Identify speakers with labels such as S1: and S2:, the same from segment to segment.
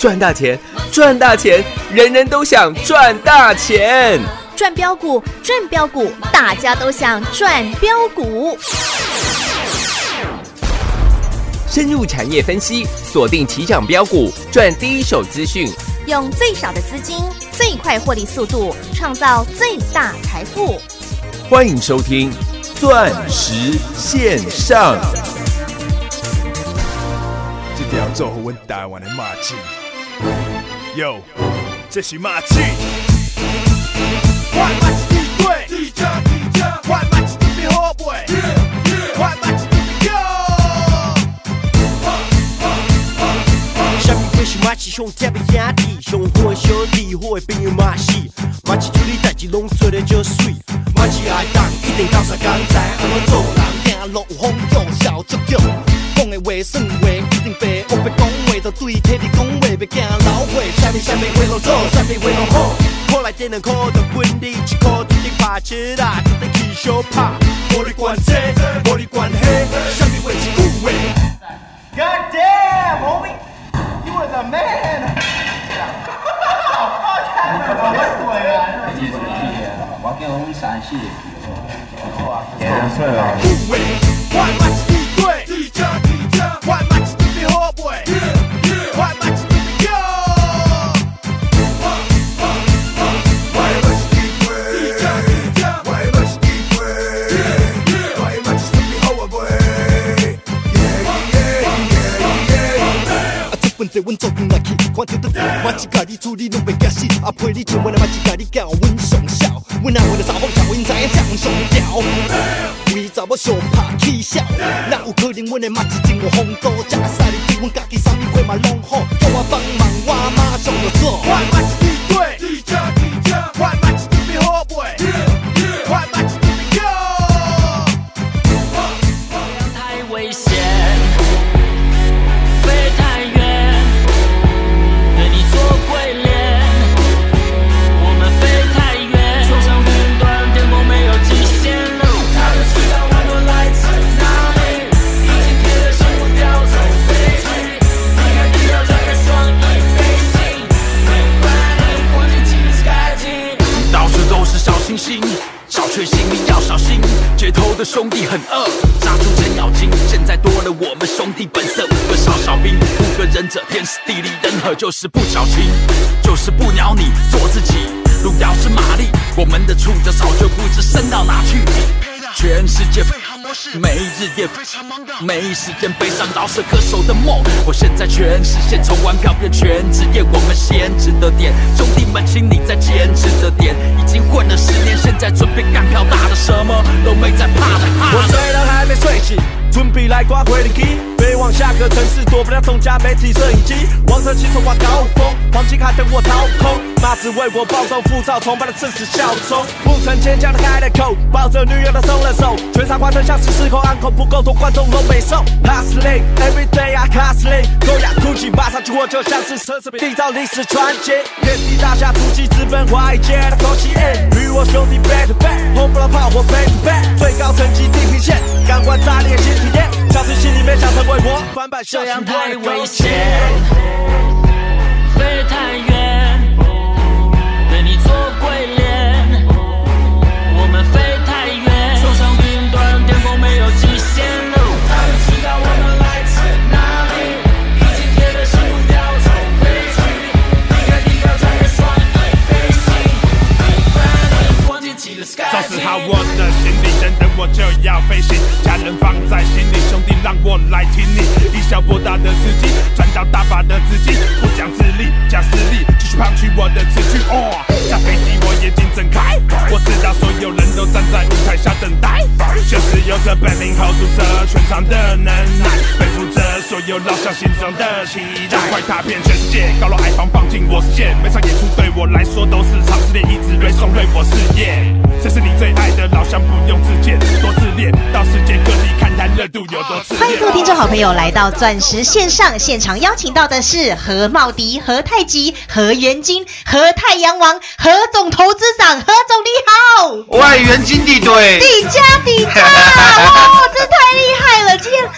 S1: 赚大钱，赚大钱，人人都想赚大钱。
S2: 赚标股，赚标股，大家都想赚标股。
S1: 深入产业分析，锁定起涨标股，赚第一手资讯，
S2: 用最少的资金，最快获利速度，创造最大财富。
S1: 欢迎收听钻石线上。
S3: 这条做好阮台湾的马刺，哟，这是马刺。我马刺地对，我马刺准备好未？我马刺准备好。什么鬼是马刺上贴的兄弟，上好的兄弟，好的朋友嘛是。马刺处理代志拢做得足水，马刺爱当一定到三工知安怎做人，行路有风度，笑足强。讲的话算话，一定白。我要讲话，就对体力讲话，别惊老话。啥物话拢做，啥物话拢好。苦来点2块，就分你1块，注定拍车啦，注定去小拍。无你管这，无你管那，啥物话一句话。God damn, homie, you was a man.
S4: 我叫阮山西的去，哇，
S3: 也能睡了。我马刺地对，我马刺准备好未？我马刺准备好。我马刺地对，我马刺地对，我马刺准备好未？这问题阮做阵来去，看到得马刺家己处理拢袂惊死，陪你唱我的马刺家己教阮上笑。阮阿为了查某跳，因知影上上调，为查某上拍起笑，哪有可能阮的马刺真有风度？食使你对阮家己啥物货嘛拢好，叫我帮忙，我马上就做。我马刺地对，我马刺准备好未？我马刺准备好。
S5: 太危险，飞太远，对你做鬼脸。我们飞太远，冲上云端，天空没有极限路。他们知道我们来自哪里，已经贴着生活叼走飞去。你看地表张开双翼飞行，没有管理，忘记起了 sky team。到处都是小星星，小确幸你要小心。街头的兄弟很饿，杀出程咬金。现在多了我们兄弟本色，5个小兵，5个忍者，天时地利人和，就是不矫情，就是不鸟你，做自己。路遥知马力，我们的触角早就不知伸到哪去。全世界每日也非常忙的，没时间悲伤饶舌歌手的梦。我现在全实现，从玩票变全职业，我们先值得点。兄弟们，请你再坚持着点。已经混了10年，现在准备干票大的，什么都没在怕的。
S3: 我虽然还没睡醒，准备来刮回力机，飞往下个城市，躲不了众家媒体摄影机。王者骑冲qua高峰，黄金卡等我掏空，马子为我暴动，浮躁崇拜的正是效忠。不曾坚强的开了口，抱着女友的松了手，全场观众像是失控，安可不够多，观众都没送。Hustling every day I hustling， 高雅哭泣，马上去我就像是奢侈品，缔造历史传奇。遍地大侠，突击资本华尔街的口气，与我兄弟 back to back， 轰不了炮火 back to back， 最高层级地平线，感官炸裂新体验，小心心里面想成为我，翻版
S5: 这样太危险，飞太远，对你做鬼脸。我们飞太远，冲上云端，天空没有极限路。他们知道我们来自哪里，已经贴着生活叼走飞去。离开地表，张开双翼飞行，没管你忘记起了 sky。
S3: 收拾好我的行李，等等我就要飞行。家人放在心里，兄弟让我来听你。以小博大的司机，赚到大把的资金，不讲自立，讲实力，继续胖取我的词句。下飞机我眼睛睁开，我知道所有人都站在舞台下等待，就是有着本领 hold 住这全场的能耐，背负着所有老乡心中的期待，快踏遍全世界，高楼矮房放进我视线，每场演出对我来说都是场试炼，一直锐送锐我事业。这是你最爱的老乡，不用自荐，多自恋，到世界各地看看热度有多炽烈。
S2: 欢迎各位听众好朋友来到钻石线上现场，邀请到的是何茂迪、何太极、何元金、何太阳王、何总投资长。何总你好，
S6: 外元金地对
S2: 底加哇，这太厉害了！今天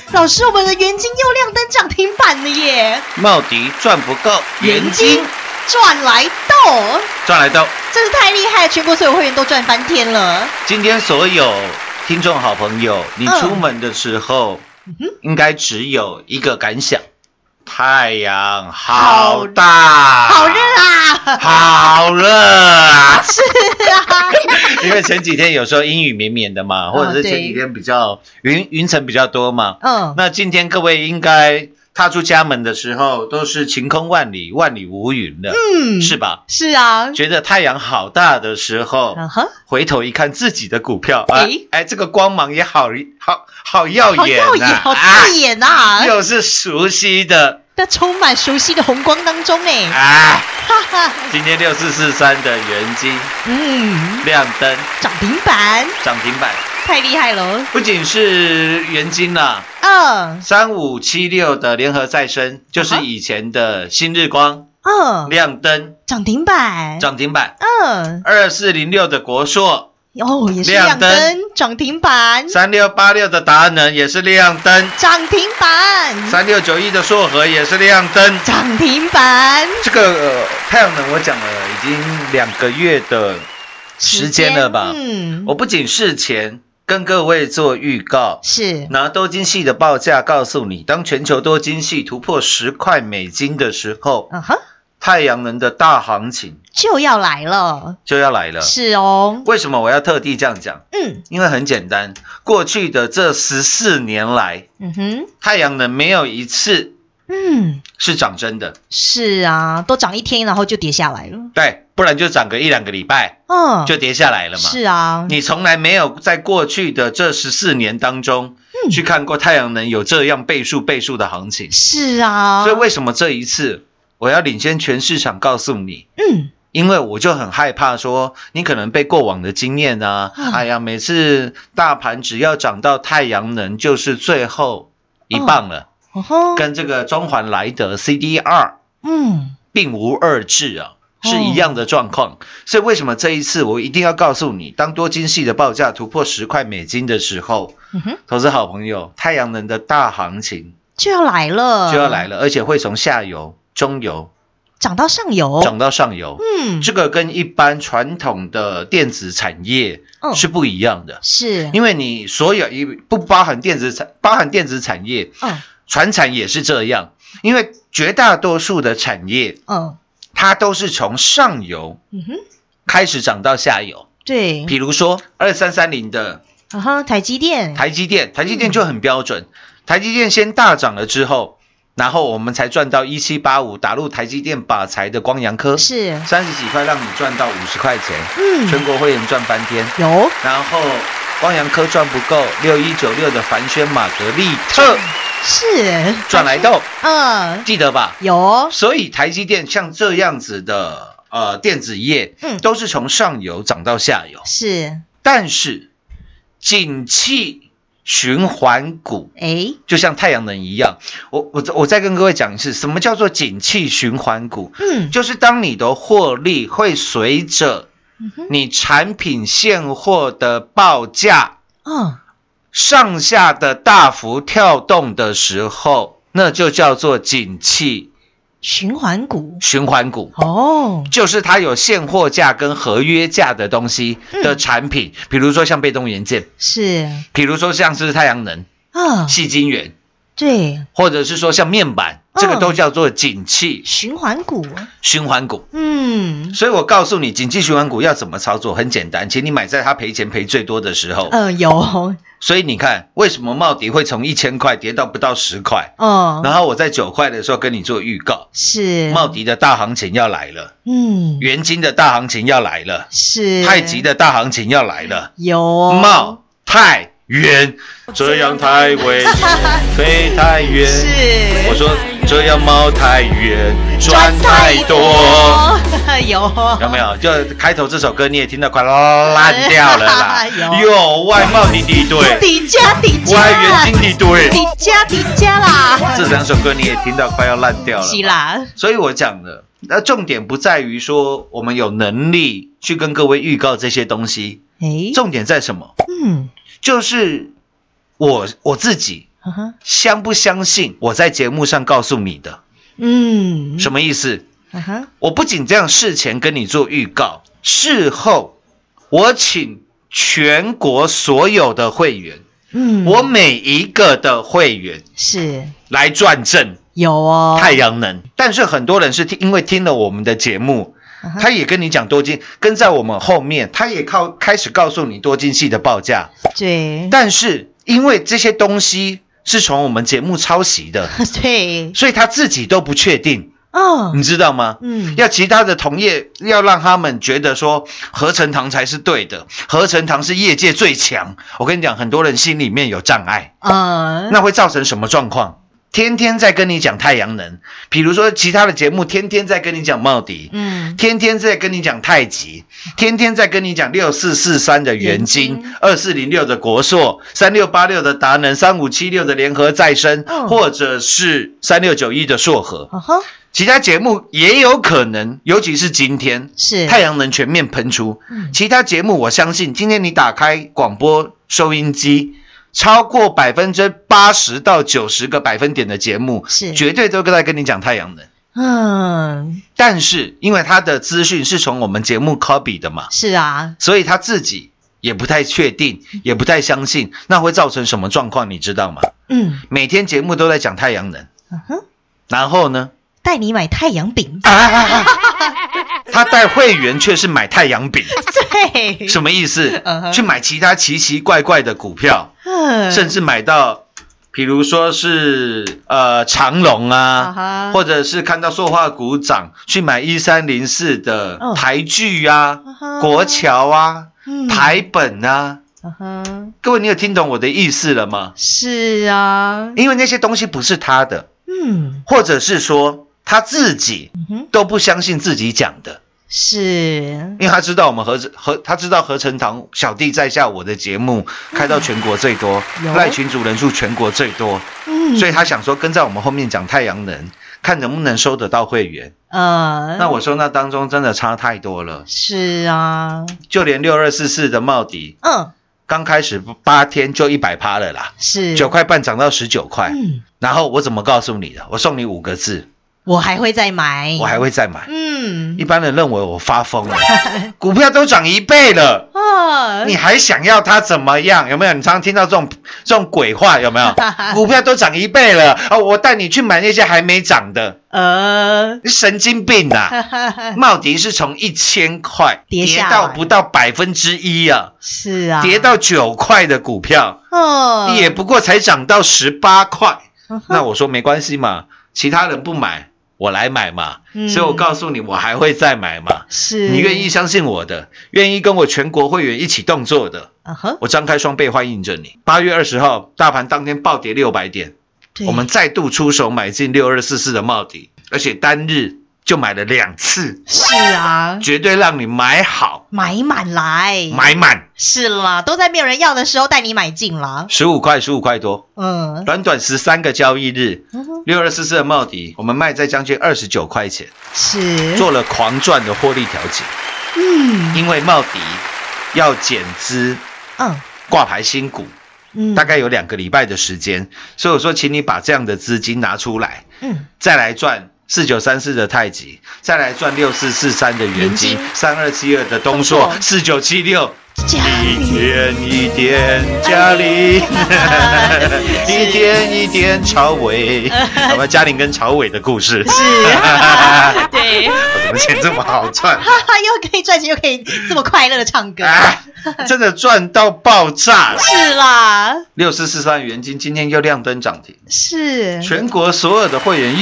S2: 老师，我们的元金又亮灯涨停板了耶！
S6: 茂迪赚不够，元金
S2: 赚来豆，
S6: 赚来豆，
S2: 真是太厉害了！全国所有会员都赚翻天了。
S6: 今天所有听众好朋友，你出门的时候，应该只有一个感想：太阳好大，
S2: 好热啊，
S6: 好热啊！
S2: 是啊，
S6: 因为前几天有时候阴雨绵绵的嘛，或者是前几天比较云层比较多嘛。那今天各位应该踏出家门的时候都是晴空万里，万里无云的，是吧？
S2: 是啊，
S6: 觉得太阳好大的时候，回头一看自己的股票，这个光芒也好耀眼啊，
S2: 好刺眼啊，
S6: 又是熟悉的。
S2: 在充满熟悉的红光当中呢，
S6: 今天6443的元金，亮灯
S2: 涨停板，太厉害了！
S6: 不仅是元金啦，3576的联合再生，就是以前的新日光，亮灯
S2: 涨停板
S6: ，2406的国硕。
S2: 也是亮灯涨停板
S6: ，3686的达能也是亮灯
S2: 涨停板
S6: ，3691的硕和也是亮灯
S2: 涨停板。
S6: 这个太阳能我讲了已经2个月的时间了吧？我不仅事前跟各位做预告，
S2: 是
S6: 拿多晶系的报价告诉你，当全球多晶系突破10块美金的时候，太阳能的大行情
S2: 就要来了，
S6: 是哦。为什么我要特地这样讲？因为很简单，过去的这14年来，太阳能没有一次是涨真的。
S2: 是啊，都涨一天然后就跌下来了。
S6: 对，不然就涨个1-2个礼拜，就跌下来了嘛。
S2: 是啊，
S6: 你从来没有在过去的这14年当中去看过太阳能有这样倍数的行情。
S2: 是啊，
S6: 所以为什么这一次我要领先全市场告诉你？因为我就很害怕说你可能被过往的经验啊，每次大盘只要涨到太阳能就是最后一棒了，跟这个中环来得 CDR 并无二致啊，是一样的状况。所以为什么这一次我一定要告诉你，当多晶系的报价突破10块美金的时候，投资好朋友，太阳能的大行情
S2: 就要来了，
S6: 而且会从下游、中游
S2: 涨到上游，
S6: 这个跟一般传统的电子产业是不一样的，
S2: 是
S6: 因为你所有不包含电子产业，传产也是这样，因为绝大多数的产业，它都是从上游开始涨到下游，
S2: 对，
S6: 比如说2330的
S2: 台积电
S6: 就很标准，台积电先大涨了之后。然后我们才赚到1785，打入台积电把财的光阳科
S2: 是
S6: 30几块，让你赚到50块钱，全国会员赚翻天。
S2: 有，
S6: 然后光阳科赚不够，6196的凡轩玛格丽特
S2: 是
S6: 赚来豆，记得吧？
S2: 有，
S6: 所以台积电像这样子的电子业，都是从上游涨到下游，
S2: 是，
S6: 但是景气循环股，就像太阳能一样，我再跟各位讲一次，什么叫做景气循环股？就是当你的获利会随着你产品现货的报价，上下的大幅跳动的时候，那就叫做景气
S2: 循环股
S6: 就是它有现货价跟合约价的东西的产品，比如说像被动元件，
S2: 是，
S6: 比如说像是太阳能矽晶圆，
S2: 对，
S6: 或者是说像面板，这个都叫做景气
S2: 循环股。
S6: 所以我告诉你，景气循环股要怎么操作，很简单，请你买在它赔钱赔最多的时候。
S2: 有。
S6: 所以你看，为什么茂迪会从1000块跌到不到10块？然后我在9块的时候跟你做预告，
S2: 是
S6: 茂迪的大行情要来了，元金的大行情要来了，
S2: 是
S6: 太极的大行情要来了，
S2: 有
S6: 茂太元，这样太危险，飞太远。
S2: 是，
S6: 我说这样猫太远，赚太多。有没有？就开头这首歌你也听到快烂掉了啦。有外贸你敌对，
S2: 底价，
S6: 外元金敌对，
S2: 底价啦。
S6: 这2首歌你也听到快要烂掉了。
S2: 是啦。
S6: 所以我讲的，那重点不在于说我们有能力去跟各位预告这些东西，重点在什么？就是我自己相不相信我在节目上告诉你的？什么意思？我不仅这样事前跟你做预告，事后我请全国所有的会员，我每一个的会员
S2: 是来
S6: 转正
S2: 有哦
S6: 太阳能，但是很多人是因为听了我们的节目，他也跟你讲多晶，跟在我们后面，他也开始告诉你多晶系的报价，
S2: 对，
S6: 但是因为这些东西是从我们节目抄袭的，
S2: 对，
S6: 所以他自己都不确定。你知道吗？要其他的同业要让他们觉得说合成堂才是对的，合成堂是业界最强。我跟你讲，很多人心里面有障碍，那会造成什么状况？天天在跟你讲太阳能，比如说其他的节目天天在跟你讲茂迪，天天在跟你讲太极，天天在跟你讲6443的元晶，2406的国硕，3686的达能，3576的联合再生，或者是3691的硕和。其他节目也有可能，尤其是今天是太阳能全面喷出，其他节目我相信今天你打开广播收音机，超过80%到90个百分点的节目是绝对都在跟你讲太阳能。但是因为他的资讯是从我们节目 copy 的嘛，是啊，所以他自己也不太确定，也不太相信，那会造成什么状况你知道吗？每天节目都在讲太阳能，然后呢
S2: 带你买太阳饼，
S6: 他带会员却是买太阳饼，
S2: 对，
S6: 什么意思？去买其他奇奇怪怪的股票，甚至买到，比如说是长荣啊，或者是看到塑化股涨，去买1304的台聚啊、国桥啊、台本啊。各位，你有听懂我的意思了吗？
S2: 是啊，
S6: 因为那些东西不是他的，或者是说他自己都不相信自己讲的，是因为他知道我们他知道合成堂小弟在下我的节目开到全国最多，赖群组人数全国最多，所以他想说跟在我们后面讲太阳能，看能不能收得到会员。那我说那当中真的差太多了。是啊，就连6244的茂迪，刚开始8天就100%了啦，是9块半涨到19块，然后我怎么告诉你的？我送你5个字。
S2: 我还会再买，
S6: 我还会再买。一般人认为我发疯了，股票都涨1倍了，你还想要它怎么样？有没有？你常常听到这种鬼话，有没有？股票都涨1倍了，我带你去买那些还没涨的，你神经病啊！茂迪是从1000块跌到不到1%啊，是啊，跌到9块的股票，也不过才涨到18块。那我说没关系嘛，其他人不买。我来买嘛，所以我告诉你，我还会再买嘛。是你愿意相信我的，愿意跟我全国会员一起动作的，我张开双臂欢迎着你。8月20号，大盘当天暴跌600点，我们再度出手买进6244的茂迪，而且单日就买了2次。是啊，绝对让你买好
S2: 买满来，
S6: 买满。
S2: 是啦，都在没有人要的时候带你买进啦。
S6: 15块多，短短13个交易日，6244的茂迪，我们卖在将近29块钱，是做了狂赚的获利调节。因为茂迪要减资，挂牌新股，大概有2个礼拜的时间，所以我说，请你把这样的资金拿出来，再来赚4934的太极，再来赚6443的元晶，3272的东硕，4976。一点一点嘉玲，一点一点朝伟，好吧，嘉玲跟朝伟的故事是，对，我怎么钱这么好赚？
S2: 又可以赚钱，又可以这么快乐的唱歌，
S6: 真的赚到爆炸！
S2: 是啦
S6: ，6443元晶今天又亮灯涨停，
S2: 是
S6: 全国所有的会员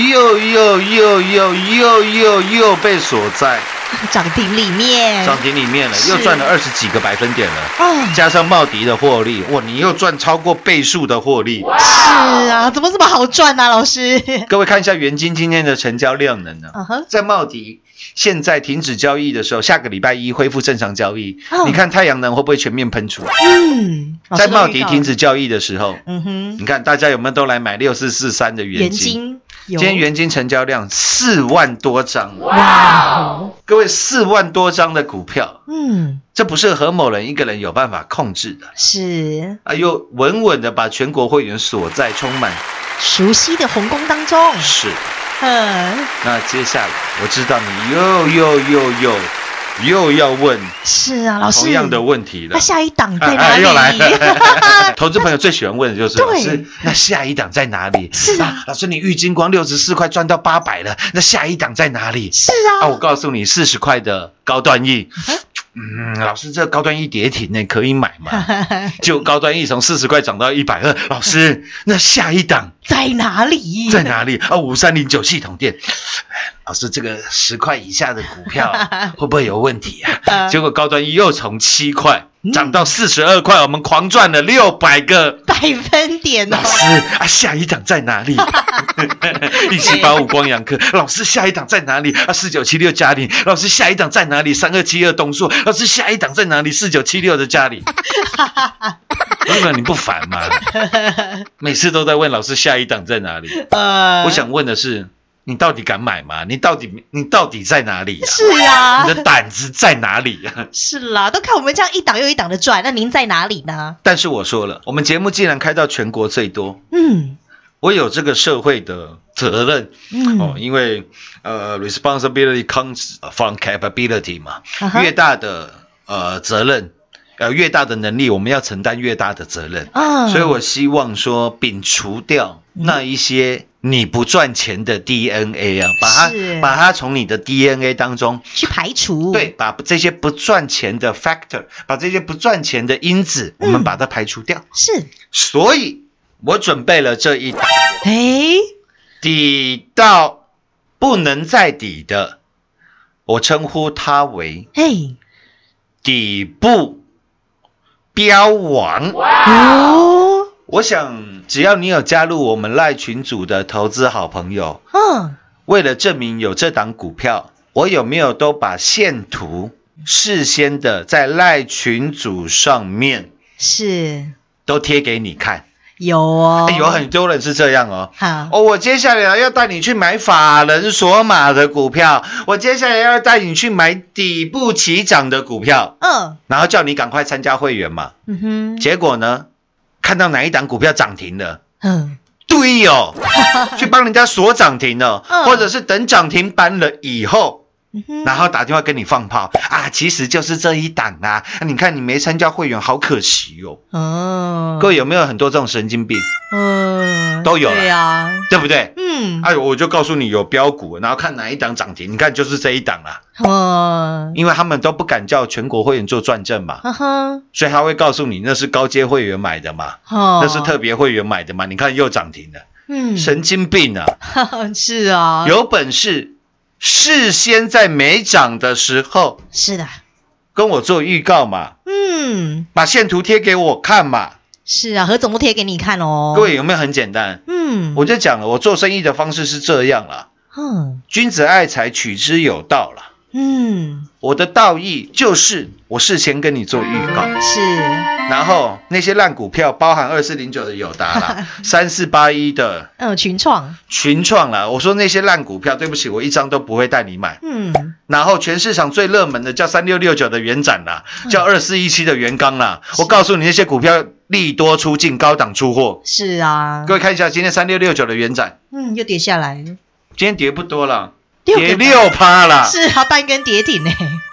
S6: 又被锁在
S2: 涨停里面
S6: 了，又赚了20几个百分点了，加上茂迪的获利，哇，你又赚超过倍数的获利。
S2: 是啊，怎么这么好赚啊，老师？
S6: 各位看一下元晶今天的成交量能呢，在茂迪现在停止交易的时候，下个礼拜1恢复正常交易，你看太阳能会不会全面喷出？在茂迪停止交易的时候，你看大家有没有都来买6443的元晶？ 今天元金成交量4万多张，
S2: 哇，
S6: 各位4万多张的股票，
S2: 嗯，
S6: 这不是何某人一个人有办法控制的，
S2: 是
S6: 又稳稳的把全国会员锁在充满
S2: 熟悉的红宫当中，
S6: 是。
S2: 嗯，
S6: 那接下来我知道你又要问
S2: 是啊，老师
S6: 同样的问题了。
S2: 那下一档在哪里？
S6: 又来了投资朋友最喜欢问的就是
S2: 对
S6: 老师，那下一档在哪里？
S2: 是啊
S6: 老师，你玉金光64块赚到800了，那下一档在哪里？
S2: 是啊，
S6: 我告诉你，40块的高端 E。老师，这高端 E 跌停呢，可以买吗？就高端 E 从40块涨到120，老师，那下一档
S2: 在哪里？
S6: 在哪里？5309系统店。老师，这个10块以下的股票会不会有问题啊？结果高端 E 又从7块涨到42块，我们狂赚了600个
S2: 百分点哦。
S6: 老师下一档在哪里？1785光阳科，老师下一档在哪里？4976嘉玲，老师下一档在哪里？3272东硕，老师下一档在哪里？4976的嘉玲。为什么你不烦吗？每次都在问老师下一档在哪里？我想问的是，你到底敢买吗？你到底在哪里啊？
S2: 是啊，
S6: 你的胆子在哪里啊？
S2: 是啦，都看我们这样一档又一档的赚，那您在哪里呢？
S6: 但是我说了，我们节目既然开到全国最多，我有这个社会的责任，因为responsibility comes from capability 嘛，越大的责任。越大的能力，我们要承担越大的责任。所以我希望说，摒除掉那一些你不赚钱的 DNA 啊，把它从你的 DNA 当中
S2: 去排除。对，
S6: 把这些不赚钱的 factor， 把这些不赚钱的因子，我们把它排除掉。
S2: 是，
S6: 所以我准备了这一档，底到不能再底的，我称呼它为底部标王。我想只要你有加入我们赖群组的投资好朋友，为了证明有这档股票，我有没有都把线图事先的在赖群组上面
S2: 是
S6: 都贴给你看。
S2: 有哦，
S6: 有很多人是这样哦。
S2: 好，
S6: 我接下来要带你去买法人所码的股票，我接下来要带你去买底部起涨的股票，然后叫你赶快参加会员嘛。结果呢，看到哪一档股票涨停了，对哦，去帮人家锁涨停了，或者是等涨停板了以后。然后打电话跟你放炮其实就是这一档你看你没参加会员，好可惜哦。各位有没有很多这种神经病？都有了，对啊，对不对？我就告诉你有标股，然后看哪一档涨停，你看就是这一档啦。因为他们都不敢叫全国会员做转正嘛，所以他会告诉你那是高阶会员买的嘛，那是特别会员买的嘛。你看又涨停了，神经病啊！
S2: 是啊，
S6: 有本事。事先在没涨的时候，
S2: 是的，
S6: 跟我做预告嘛，把线图贴给我看嘛。
S2: 是啊，何总都贴给你看哦。
S6: 各位有没有很简单？我就讲了，我做生意的方式是这样啦。君子爱财，取之有道啦。我的道义就是我事先跟你做预告，
S2: 是，
S6: 然后那些烂股票，包含2409的友达啦，3481的群创啦，我说那些烂股票，对不起，我一张都不会带你买。然后全市场最热门的叫3669的元展啦，叫2417的元刚啦，我告诉你那些股票利多出尽，高档出货。是啊，各位看一下今天3669的元展，
S2: 又跌下来了，
S6: 今天跌不多了。跌6%啦，
S2: 是啊，半根跌停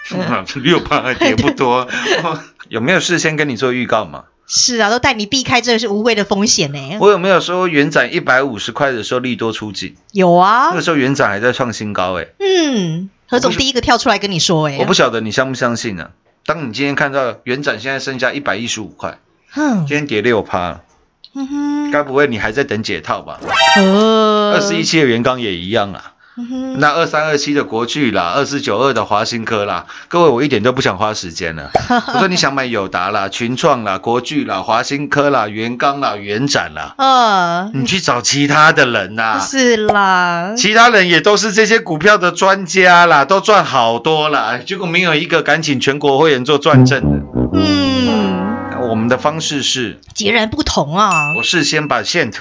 S6: 6%还跌不多。有没有事先跟你做预告嘛？
S2: 是啊，都带你避开这是无谓的风险呢。
S6: 我有没有说元展150块的时候利多出尽？
S2: 有啊，
S6: 那个时候元展还在创新高
S2: 何总第一个跳出来跟你说我
S6: 不晓得你相不相信呢？当你今天看到元展现在剩下115块，今天跌6%了，该不会你还在等解套吧？2417的元刚也一样啊。那2327的国巨啦，2492的华新科啦，各位我一点都不想花时间了。我说你想买友达啦、群创啦、国巨啦、华新科啦、元刚啦、元展啦，你去找其他的人啦。
S2: 是啦，
S6: 其他人也都是这些股票的专家啦，都赚好多啦，结果没有一个敢请全国会员做转正的。我们的方式是
S2: 截然不同啊。
S6: 我事先把线图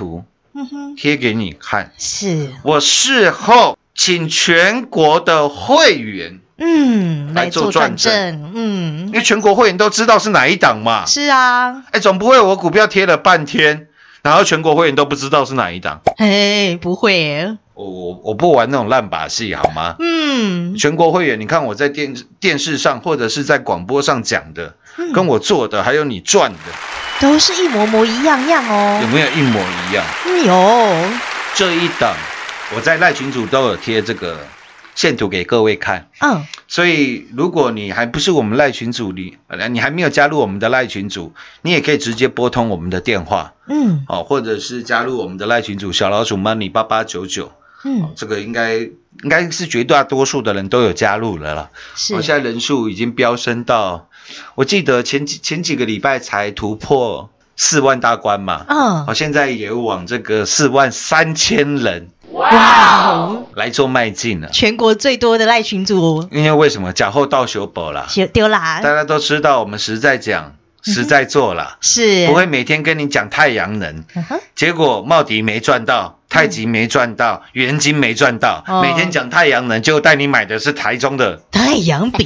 S6: 贴给你看。
S2: 是，
S6: 我事后请全国的会员
S2: 来做转正，
S6: 因为全国会员都知道是哪一档嘛。
S2: 是啊，
S6: 总不会我股票贴了半天，然后全国会员都不知道是哪一档。
S2: 不会耶。
S6: 我不玩那种烂把戏好吗？全国会员，你看我在电视上或者是在广播上讲的，跟我做的，还有你赚的，
S2: 都是一模一样哦。
S6: 有没有一模一样？
S2: 有。这
S6: 一档我在赖群组都有贴这个线图给各位看。所以如果你还不是我们赖群组里，你还没有加入我们的赖群组，你也可以直接拨通我们的电话，或者是加入我们的赖群组小老鼠 money 8899。这个应该是绝大多数的人都有加入了啦。现在人数已经飙升到，我记得前几个礼拜才突破4万大关嘛。现在也往这个43000人来做迈进了。
S2: 全国最多的赖群组。因
S6: 为为什么假后到修补啦？
S2: 丢啦！
S6: 大家都知道我们实在讲。实在做啦，
S2: 是
S6: 不会每天跟你讲太阳能，结果茂迪没赚到，太极没赚到，元晶没赚到，每天讲太阳能，就带你买的是台中的
S2: 太阳饼。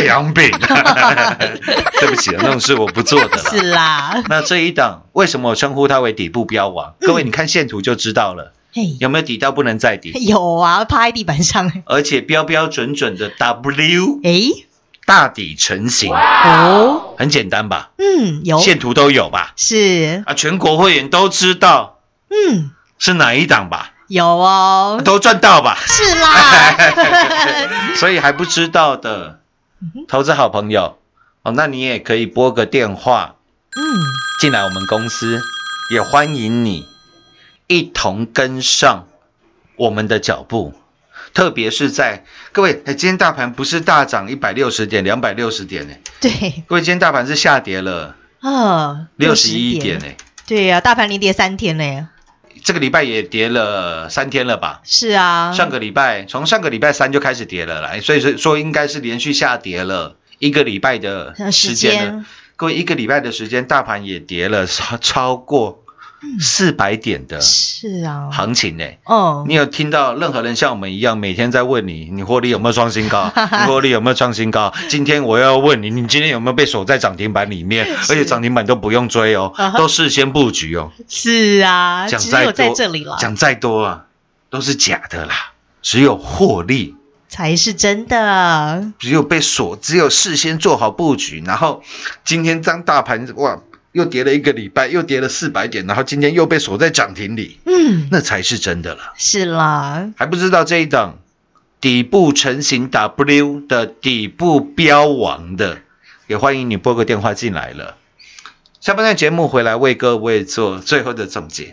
S6: 对不起，那种事我不做的啦。
S2: 是啦。
S6: 那这一档为什么我称呼它为底部标王？各位你看线图就知道了。有没有底到不能再底？
S2: 有啊，趴在地板上，
S6: 而且标准的 W。大底成型很简单吧？
S2: 有
S6: 线图都有吧？
S2: 是
S6: 全国会员都知道，是哪一档吧？
S2: 有哦，
S6: 都赚到吧？
S2: 是啦。
S6: 所以还不知道的投资好朋友那你也可以拨个电话，进来我们公司，也欢迎你一同跟上我们的脚步。特别是在各位，今天大盘不是大涨160点、260点呢？
S2: 对，
S6: 各位，今天大盘是下跌了61点呢。
S2: 对呀，大盘连跌3天呢。
S6: 这个礼拜也跌了3天了吧？
S2: 是啊，
S6: 从上个礼拜3就开始跌了啦，所以说应该是连续下跌了1个礼拜的时间了。各位，1个礼拜的时间，大盘也跌了超过400点的行情呢。你有听到任何人像我们一样每天在问你获利有没有创新高？你获利有没有创新高？今天我要问你今天有没有被锁在涨停板里面？而且涨停板都不用追都事先布局
S2: 是啊，只有在这里了。
S6: 讲再多都是假的啦，只有获利
S2: 才是真的。
S6: 只有事先做好布局，然后今天当大盘又跌了1个礼拜，又跌了400点，然后今天又被锁在涨停里，那才是真的了。
S2: 是啦，
S6: 还不知道这一档底部成型 W 的底部标王的，也欢迎你拨个电话进来了。下半段节目回来为各位做最后的总结。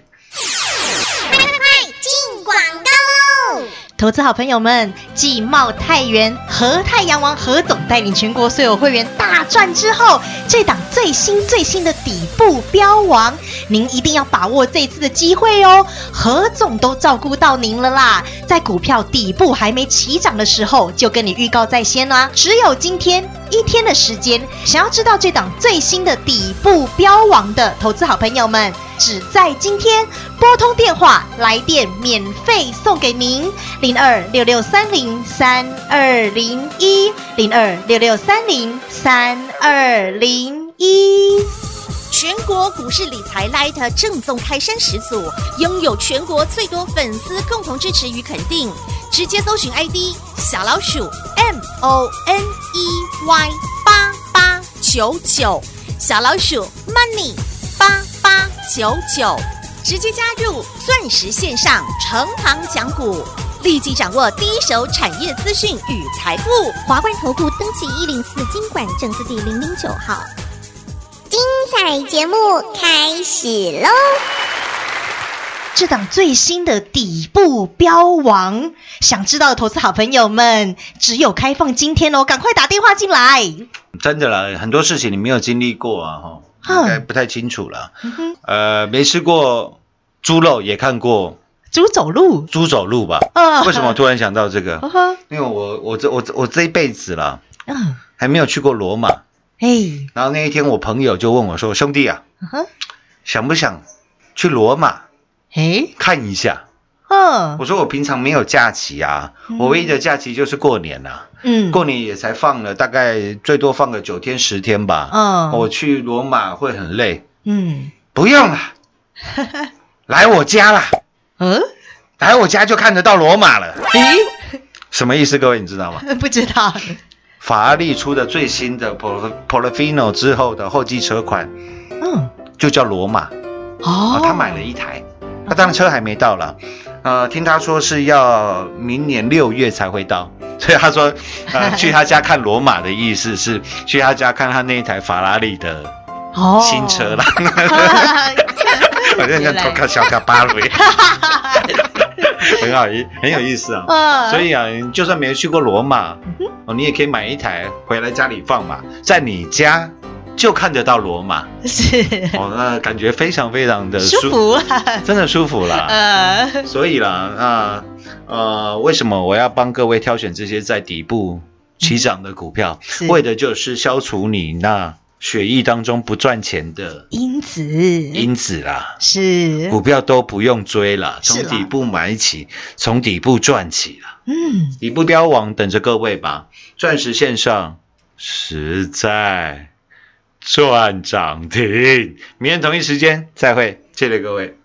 S2: 投资好朋友们，继茂泰元、和太阳王何总带领全国所有会员大赚之后，这档最新的底部标王，您一定要把握这次的机会哦。何总都照顾到您了啦，在股票底部还没起涨的时候，就跟你预告在先啦。只有今天1天的时间，想要知道这档最新的底部标王的投资好朋友们，只在今天拨通电话来电免费送给您0266303201 0266303201。
S7: 全国股市理财 Light 正宗开山始祖，拥有全国最多粉丝共同支持与肯定。直接搜寻 ID 小老鼠 MONEY8899， 小老鼠 Money 8899，直接加入钻石线上成行讲股，立即掌握第一手产业资讯与财富。
S8: 华冠投顾登记104金管证字第009号。精彩节目开始喽！
S2: 这档最新的底部标王，想知道的投资好朋友们，只有开放今天哦，赶快打电话进来。
S6: 真的啦，很多事情你没有经历过应该不太清楚啦。没吃过猪肉，也看过
S2: 猪走路
S6: 吧？为什么我突然想到这个？因为我这一辈子啦，还没有去过罗马。然后那一天我朋友就问我说：“兄弟啊，想不想去罗马看一下。我说我平常没有假期啊，我唯一的假期就是过年啊。过年也才放了大概最多放个9天10天吧。我去罗马会很累。不用了，来我家啦。来我家就看得到罗马了。什么意思？各位你知道吗？
S2: 不知道。
S6: 法拉利出的最新的 Portofino 之后的后继车款，就叫罗马。他买了一台，当然车还没到了。听他说是要明年6月才会到，所以他说，去他家看罗马的意思是去他家看他那一台法拉利的新车啦。我就像偷看小卡巴雷，很有意思啊。所以啊，就算没去过罗马，你也可以买一台回来家里放嘛，在你家就看得到罗马，那感觉非常非常的舒服，真的舒服啦。所以啦，为什么我要帮各位挑选这些在底部起涨的股票？为的就是消除你那血液当中不赚钱的因子啦。是，股票都不用追啦，从底部买起，从底部赚起啦。底部标王等着各位吧，钻石线上实在赚涨停，明天同一时间再会，谢谢各位。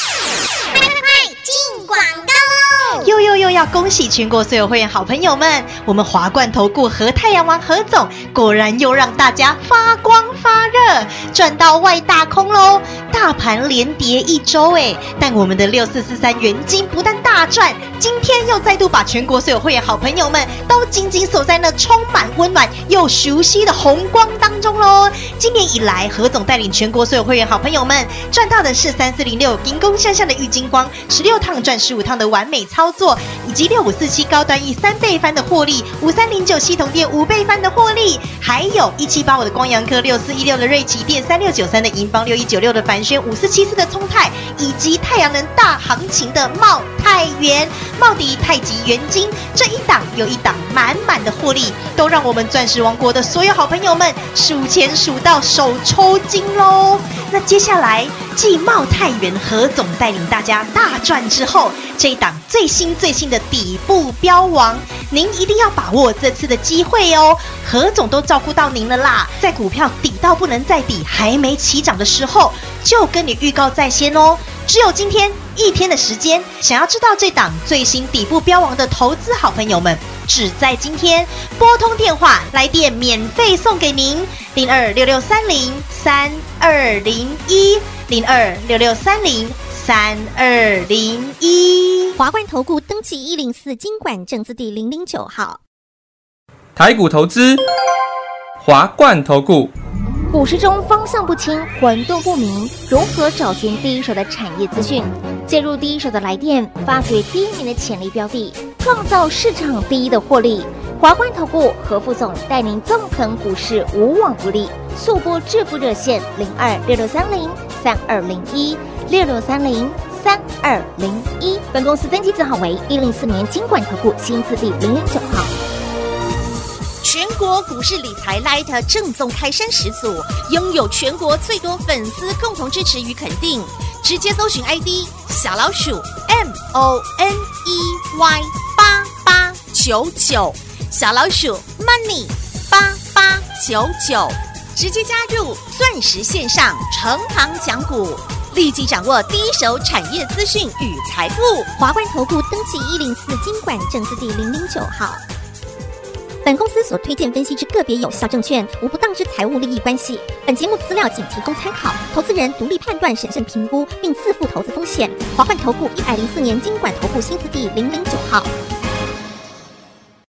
S8: 进广告喽！
S2: 又要恭喜全国所有会员好朋友们，我们华冠投顾何太阳王何总果然又让大家发光发热，赚到外大空喽！大盘连跌1周但我们的6443元金不但大赚，今天又再度把全国所有会员好朋友们都紧紧锁在那充满温暖又熟悉的红光当中喽！今年以来，何总带领全国所有会员好朋友们赚到的是3406金光向上的玉金光，16趟赚15趟的完美操作，以及6547高端E3倍翻的获利，5309系统店5倍翻的获利，还有1785的光阳科，6416的瑞奇店，3693的银邦，6196的凡轩，5474的聪泰，以及太阳能大行情的茂泰元、茂迪、太极、元金，这一档又一档满满的获利，都让我们钻石王国的所有好朋友们数钱数到手抽筋喽！那接下来继茂泰元何总带领大家大赚之后，这一档最新的底部标王，您一定要把握这次的机会哦！何总都照顾到您了啦，在股票底到不能再底，还没起涨的时候，就跟你预告在先哦。只有今天1天的时间，想要知道这档最新底部标王的投资好朋友们，只在今天拨通电话来电免费送给您0266303201 0266303201。
S7: 华冠投顾登记104金管证字第009号。
S9: 台股投资，华冠投顾。
S7: 股市中方向不清、混沌不明，如何找寻第一手的产业资讯？介入第一手的来电，发掘第一名的潜力标的，创造市场第一的获利。华冠投顾何副总带领纵横股市，无往不利。速播致富热线0266303201 66303201。本公司登记字号为104年金管投顾新字第009号。全国股市理财 Light 正宗开山始祖，拥有全国最多粉丝共同支持与肯定。直接搜寻 ID 小老鼠 MONEY8899， 小老鼠 Money 8899，直接加入钻石线上成行讲股，立即掌握第一手产业资讯与财富。华冠投顾登记104金管证字第009号。本公司所推荐分析之个别有效证券，无不当之财务利益关系。本节目资料仅提供参考，投资人独立判断、审慎评估，并自负投资风险。华冠投顾104年金管投顾新字第009号。